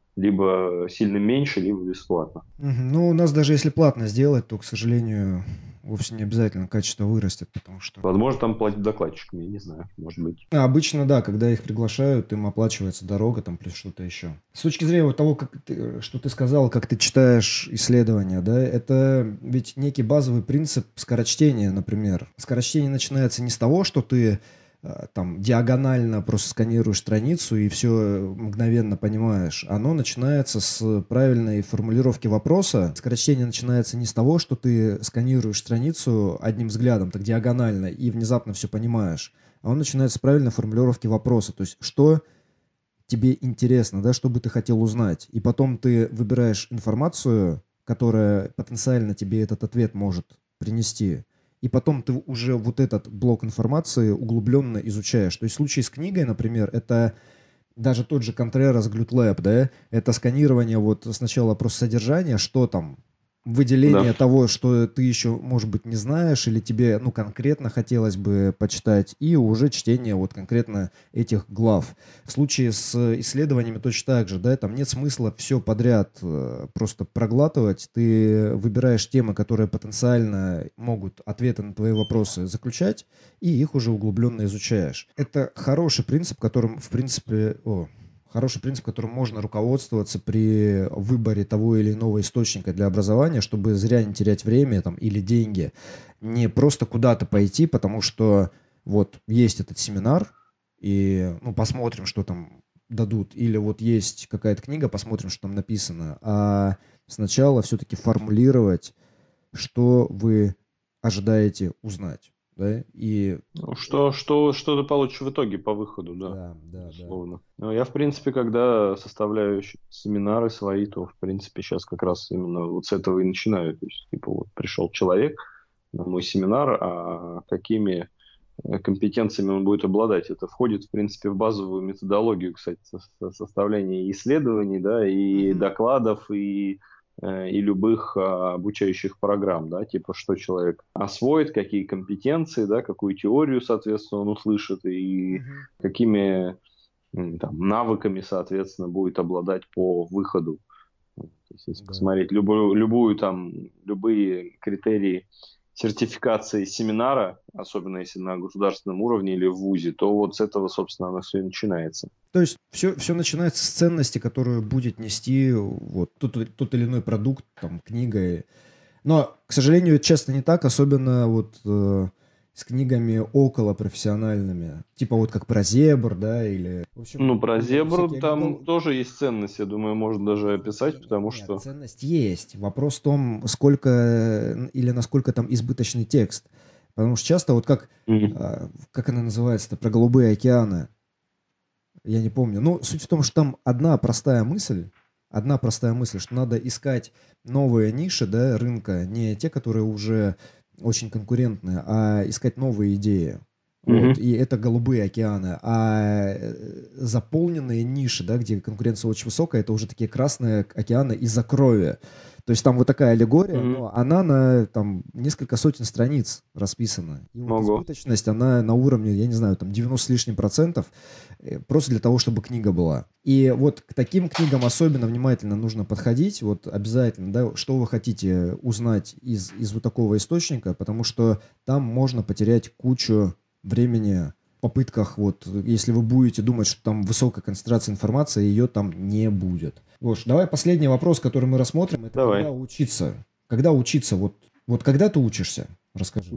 Speaker 2: либо сильно меньше, либо бесплатно.
Speaker 1: Мгм. Ну, у нас даже если платно сделать, то, к сожалению, вовсе не обязательно качество вырастет, потому что...
Speaker 2: Возможно, там платят докладчикам, я не знаю, может быть.
Speaker 1: А обычно, да, когда их приглашают, им оплачивается дорога, там, плюс что-то еще. С точки зрения вот того, как ты, что ты сказал, как ты читаешь исследования, да, это ведь некий базовый принцип скорочтения, например. Скорочтение начинается не с того, что ты э, там диагонально просто сканируешь страницу и все мгновенно понимаешь. Оно начинается с правильной формулировки вопроса. Скорочтение начинается не с того, что ты сканируешь страницу одним взглядом, так диагонально, и внезапно все понимаешь, а он начинается с правильной формулировки вопроса. То есть, что тебе интересно, да, что бы ты хотел узнать. И потом ты выбираешь информацию, которая потенциально тебе этот ответ может принести. И потом ты уже вот этот блок информации углубленно изучаешь. То есть в случае с книгой, например, это даже тот же Contreras Glute Lab, да, это сканирование вот сначала просто содержания, что там,
Speaker 2: Да.
Speaker 1: выделение того, что ты еще, может быть, не знаешь, или тебе, ну, конкретно хотелось бы почитать, и уже чтение вот конкретно этих глав. В случае с исследованиями точно так же, да, там нет смысла все подряд э, просто проглатывать, ты выбираешь темы, которые потенциально могут ответы на твои вопросы заключать, и их уже углубленно изучаешь. Это хороший принцип, которым, в принципе, о, хороший принцип, которым можно руководствоваться при выборе того или иного источника для образования, чтобы зря не терять время там, или деньги. Не просто куда-то пойти, потому что вот есть этот семинар, и ну, посмотрим, что там дадут. Или вот есть какая-то книга, посмотрим, что там написано. А сначала все-таки формулировать, что вы ожидаете узнать. Да? И
Speaker 2: Ну, Что, что, что ты получишь в итоге по выходу, да,
Speaker 1: да, да, да.
Speaker 2: безусловно. Но я, в принципе, когда составляю щ- семинары свои, то, в принципе, сейчас как раз именно вот с этого и начинаю. То есть, типа, вот пришел человек на мой семинар, а какими э, компетенциями он будет обладать. Это входит, в принципе, в базовую методологию, кстати, со- со- составления исследований, да, и
Speaker 1: Мгм.
Speaker 2: докладов, и, э, и любых а, обучающих программ, да, типа, что человек освоит, какие компетенции, да, какую теорию, соответственно, он услышит, и
Speaker 1: Мгм.
Speaker 2: какими там, навыками, соответственно, будет обладать по выходу. То есть, если
Speaker 1: Да.
Speaker 2: посмотреть любую, любую там, любые критерии сертификации семинара, особенно если на государственном уровне или в ВУЗе, то вот с этого, собственно, оно все и начинается.
Speaker 1: То есть все, все начинается с ценности, которую будет нести вот тот, тот или иной продукт, там, книга. Но, к сожалению, часто не так, особенно вот э, с книгами около профессиональными, типа вот как про зебр, да, или, в
Speaker 2: Ну,
Speaker 1: общем,
Speaker 2: про
Speaker 1: или
Speaker 2: зебру
Speaker 1: всякие
Speaker 2: там
Speaker 1: гол...
Speaker 2: тоже есть ценность, я думаю, можно даже описать, потому
Speaker 1: Нет,
Speaker 2: что...
Speaker 1: ценность есть. Вопрос в том, сколько э, или насколько там избыточный текст. Потому что часто вот как,
Speaker 2: Мгм.
Speaker 1: а, как она называется-то, про голубые океаны. Я не помню. Ну, суть в том, что там одна простая мысль, одна простая мысль, что надо искать новые ниши, да, рынка, не те, которые уже очень конкурентные, а искать новые идеи. Вот,
Speaker 2: Мгм.
Speaker 1: и это голубые океаны. А э, заполненные ниши, да, где конкуренция очень высокая, это уже такие красные океаны из-за крови. То есть там вот такая аллегория,
Speaker 2: Мгм.
Speaker 1: но она на там несколько сотен страниц расписана. И вот
Speaker 2: Ого.
Speaker 1: избыточность, она на уровне, я не знаю, там девяносто с лишним процентов, э, просто для того, чтобы книга была. И вот к таким книгам особенно внимательно нужно подходить, вот обязательно, да, что вы хотите узнать из, из вот такого источника, потому что там можно потерять кучу времени в попытках, вот, если вы будете думать, что там высокая концентрация информации, ее там не будет. Гош, давай последний вопрос, который мы рассмотрим, это когда
Speaker 2: Давай.
Speaker 1: учиться? Когда учиться? Вот, вот когда ты учишься? Расскажи.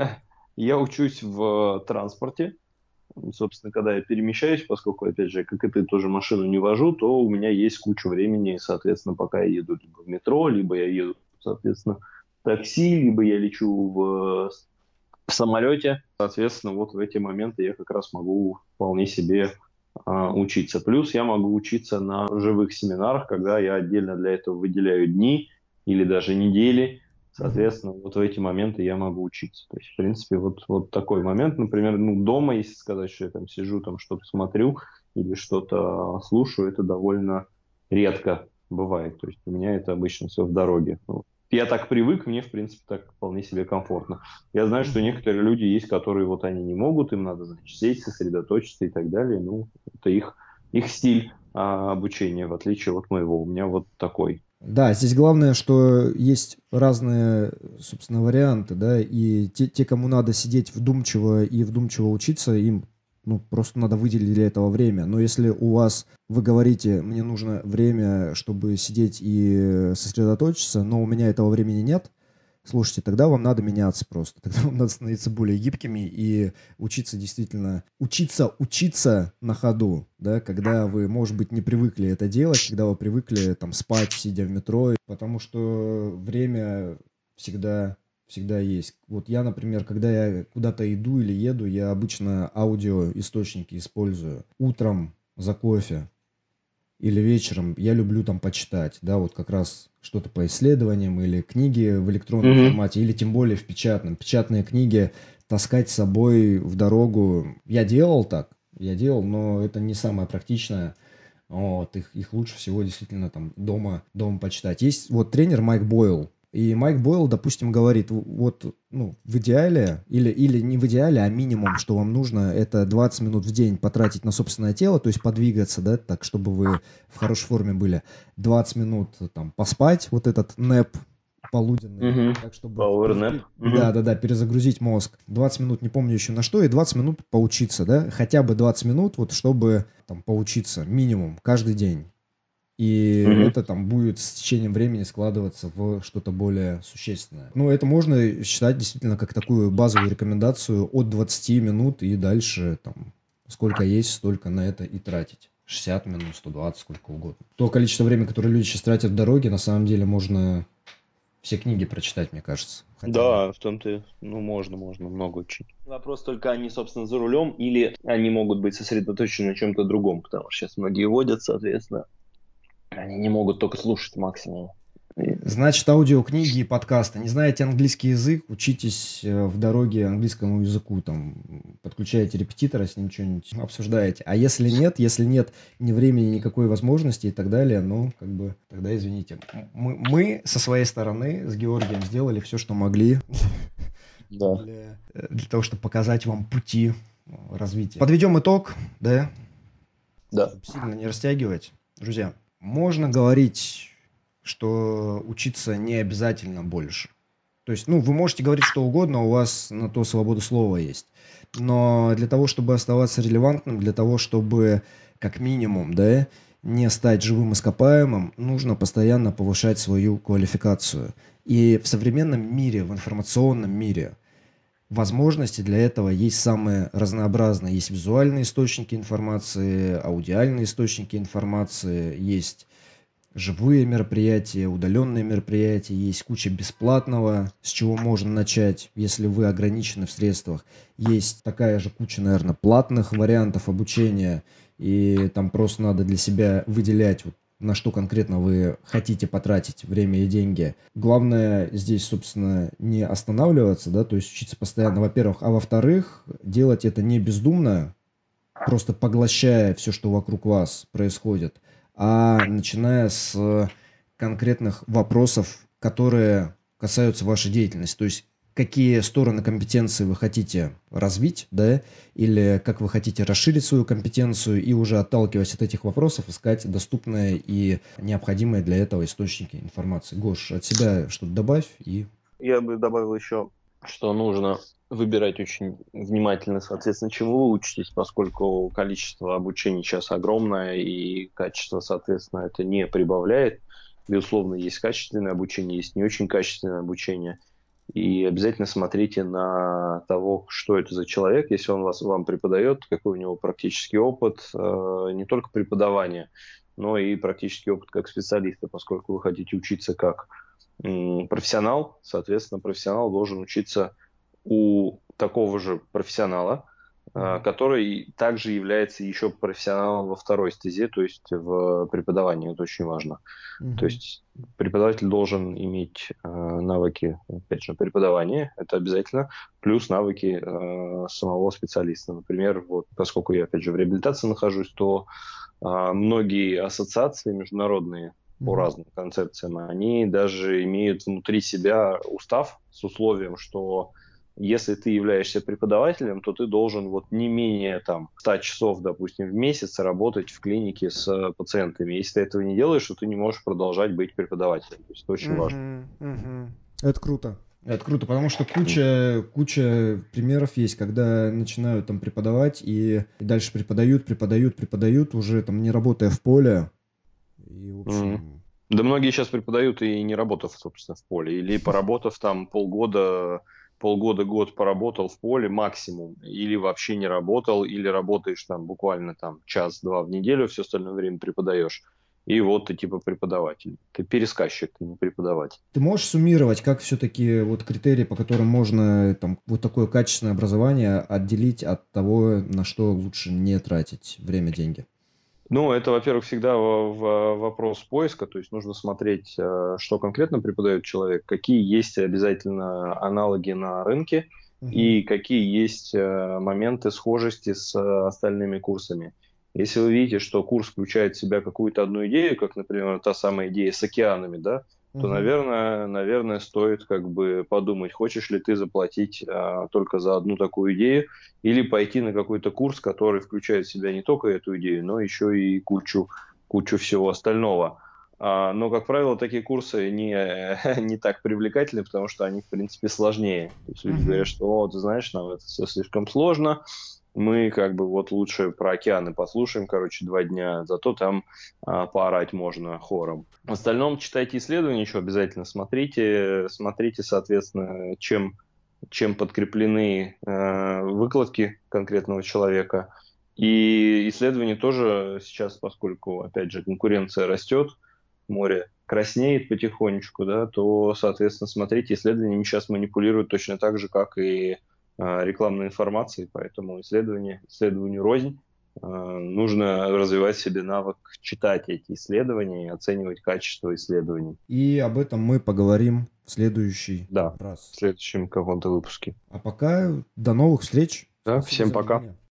Speaker 2: Я учусь в транспорте. Собственно, когда я перемещаюсь, поскольку, опять же, как и ты, тоже машину не вожу, то у меня есть куча времени, соответственно, пока я еду либо в метро, либо я еду, соответственно, в такси, либо я лечу в, в самолете. Соответственно, вот в эти моменты я как раз могу вполне себе а, учиться. Плюс я могу учиться на живых семинарах, когда я отдельно для этого выделяю дни или даже недели.
Speaker 1: Мгм.
Speaker 2: Соответственно, вот в эти моменты я могу учиться. То есть, в принципе, вот, вот такой момент, например, ну, дома, если сказать, что я там сижу, там что-то смотрю или что-то слушаю, это довольно редко бывает. То есть у меня это обычно все в дороге. Ну, я так привык, мне, в принципе, так вполне себе комфортно. Я знаю, что
Speaker 1: Мгм.
Speaker 2: некоторые люди есть, которые вот они не могут, им надо, значит, сесть, сосредоточиться и так далее. Ну, это их, их стиль а, обучения, в отличие от моего. У меня вот такой.
Speaker 1: Да, здесь главное, что есть разные, собственно, варианты, да, и те, те, кому надо сидеть вдумчиво и вдумчиво учиться, им, ну, просто надо выделить для этого время. Но если у вас, вы говорите, мне нужно время, чтобы сидеть и сосредоточиться, но у меня этого времени нет, слушайте, тогда вам надо меняться просто. Тогда вам надо становиться более гибкими и учиться действительно, учиться учиться на ходу, да, когда вы, может быть, не привыкли это делать, когда вы привыкли там спать, сидя в метро, потому что время всегда всегда есть. Вот я, например, когда я куда-то иду или еду, я обычно аудиоисточники использую. Утром за кофе, или вечером я люблю там почитать, да, вот как раз что-то по исследованиям или книги в электронном
Speaker 2: Мгм.
Speaker 1: формате, или тем более в печатном. Печатные книги таскать с собой в дорогу. Я делал так, я делал, но это не самое практичное. Вот, их, их лучше всего действительно там дома, дома почитать. Есть вот тренер Майк Бойл, и Майк Бойл, допустим, говорит, в- вот, ну, в идеале, или, или не в идеале, а минимум, что вам нужно, это двадцать минут в день потратить на собственное тело, то есть подвигаться, да, так, чтобы вы в хорошей форме были. двадцать минут там поспать, вот этот нэп полуденный,
Speaker 2: Мгм.
Speaker 1: так, чтобы, перез-
Speaker 2: Powernap.
Speaker 1: пе- да,
Speaker 2: Мгм.
Speaker 1: да, да, перезагрузить мозг. двадцать минут, не помню еще на что, и двадцать минут поучиться, да, хотя бы двадцать минут, вот, чтобы там поучиться, минимум, каждый день. И
Speaker 2: Мгм.
Speaker 1: это там будет с течением времени складываться в что-то более существенное. Ну, это можно считать действительно как такую базовую рекомендацию от двадцати минут и дальше там сколько есть, столько на это и тратить. шестьдесят минут, сто двадцать, сколько угодно. То количество времени, которое люди сейчас тратят в дороге, на самом деле можно все книги прочитать, мне кажется. Хотя бы.
Speaker 2: Да, в том-то, ну, можно, можно, много очень. Вопрос только, они, собственно, за рулем или они могут быть сосредоточены на чем-то другом, потому что сейчас многие водят, соответственно, они не могут только слушать максимум. И-
Speaker 1: Значит, аудиокниги и подкасты. Не знаете английский язык, учитесь э, в дороге английскому языку, там, подключаете репетитора, с ним что-нибудь обсуждаете. А если нет, если нет ни времени, никакой возможности и так далее, ну, как бы, тогда извините. Мы, мы со своей стороны с Георгием сделали все, что могли
Speaker 2: Да.
Speaker 1: для, э, для того, чтобы показать вам пути э, развития. Подведем итог, да?
Speaker 2: Да.
Speaker 1: Чтобы сильно не растягивать, друзья, можно говорить, что учиться не обязательно больше. То есть, ну, вы можете говорить что угодно, у вас на то свобода слова есть. Но для того, чтобы оставаться релевантным, для того, чтобы как минимум, да, не стать живым ископаемым, нужно постоянно повышать свою квалификацию. И в современном мире, в информационном мире, возможности для этого есть самые разнообразные. Есть визуальные источники информации, аудиальные источники информации, есть живые мероприятия, удаленные мероприятия, есть куча бесплатного, с чего можно начать, если вы ограничены в средствах. Есть такая же куча, наверное, платных вариантов обучения, и там просто надо для себя выделять, вот, на что конкретно вы хотите потратить время и деньги. Главное здесь, собственно, не останавливаться, да, то есть учиться постоянно, во-первых, а во-вторых, делать это не бездумно, просто поглощая все, что вокруг вас происходит, а начиная с конкретных вопросов, которые касаются вашей деятельности. То есть какие стороны компетенции вы хотите развить, да, или как вы хотите расширить свою компетенцию, и уже отталкиваясь от этих вопросов искать доступные и необходимые для этого источники информации. Гош, от себя что-то добавь и...
Speaker 2: Я бы добавил еще, что нужно выбирать очень внимательно, соответственно, чему вы учитесь, поскольку количество обучения сейчас огромное, и качество, соответственно, это не прибавляет. Безусловно, есть качественное обучение, есть не очень качественное обучение. И обязательно смотрите на того, что это за человек, если он вас, вам преподает, какой у него практический опыт, э, не только преподавания, но и практический опыт как специалиста, поскольку вы хотите учиться как профессионал, соответственно, профессионал должен учиться у такого же профессионала,
Speaker 1: Мгм.
Speaker 2: который также является еще профессионалом во второй стезе, то есть в преподавании. Это очень важно. То
Speaker 1: Мгм.
Speaker 2: есть преподаватель должен иметь э, навыки, опять же, преподавания, это обязательно, плюс навыки э, самого специалиста. Например, вот, поскольку я, опять же, в реабилитации нахожусь, то э, многие ассоциации международные по
Speaker 1: Мгм.
Speaker 2: разным концепциям, они даже имеют внутри себя устав с условием, что если ты являешься преподавателем, то ты должен вот не менее там ста часов, допустим, в месяц работать в клинике с пациентами. Если ты этого не делаешь, то ты не можешь продолжать быть преподавателем. То есть это очень важно.
Speaker 1: Мгм. Мгм. Это круто. Это круто, потому что
Speaker 2: Мгм.
Speaker 1: куча, куча примеров есть, когда начинают там преподавать и, и дальше преподают, преподают, преподают, уже там не работая в поле. И, в
Speaker 2: Мгм.
Speaker 1: общем,
Speaker 2: Да многие сейчас преподают и не работав, собственно, в поле. Или поработав там полгода, полгода, год поработал в поле максимум. Или вообще не работал, или работаешь там буквально там час-два в неделю, все остальное время преподаешь. И вот ты типа преподаватель. Ты пересказчик, ты не преподаватель.
Speaker 1: ты можешь суммировать, как все-таки вот критерии, по которым можно там вот такое качественное образование отделить от того, на что лучше не тратить время, деньги?
Speaker 2: Ну, это, во-первых, всегда в- в- вопрос поиска, то есть нужно смотреть, э, что конкретно преподает человек, какие есть обязательно аналоги на рынке
Speaker 1: Мгм.
Speaker 2: и какие есть э, моменты схожести с э, остальными курсами. Если вы видите, что курс включает в себя какую-то одну идею, как, например, та самая идея с океанами, да, то,
Speaker 1: Мгм.
Speaker 2: наверное, наверное, стоит как бы подумать, хочешь ли ты заплатить э, только за одну такую идею, или пойти на какой-то курс, который включает в себя не только эту идею, но еще и кучу, кучу всего остального. А, Но, как правило, такие курсы не, не так привлекательны, потому что они, в принципе, сложнее. То есть люди говорят,
Speaker 1: Мгм.
Speaker 2: что, о, ты знаешь, нам это все слишком сложно, мы как бы вот лучше про океаны послушаем, короче, два дня, зато там а, поорать можно хором. В остальном читайте исследования еще обязательно, смотрите, смотрите, соответственно, чем чем подкреплены э, выкладки конкретного человека. И исследования тоже сейчас, поскольку, опять же, конкуренция растет, море краснеет потихонечку, да, то, соответственно, смотрите, исследованиями сейчас манипулируют точно так же, как и э, рекламной информацией, поэтому исследование, исследованию рознь. Э, нужно развивать в себе навык читать эти исследования и оценивать качество исследований.
Speaker 1: И об этом мы поговорим в следующий
Speaker 2: Да, в
Speaker 1: раз.
Speaker 2: следующем каком-то выпуске.
Speaker 1: А пока до новых встреч.
Speaker 2: Да,
Speaker 1: Спасибо
Speaker 2: всем
Speaker 1: за
Speaker 2: пока.
Speaker 1: внимание.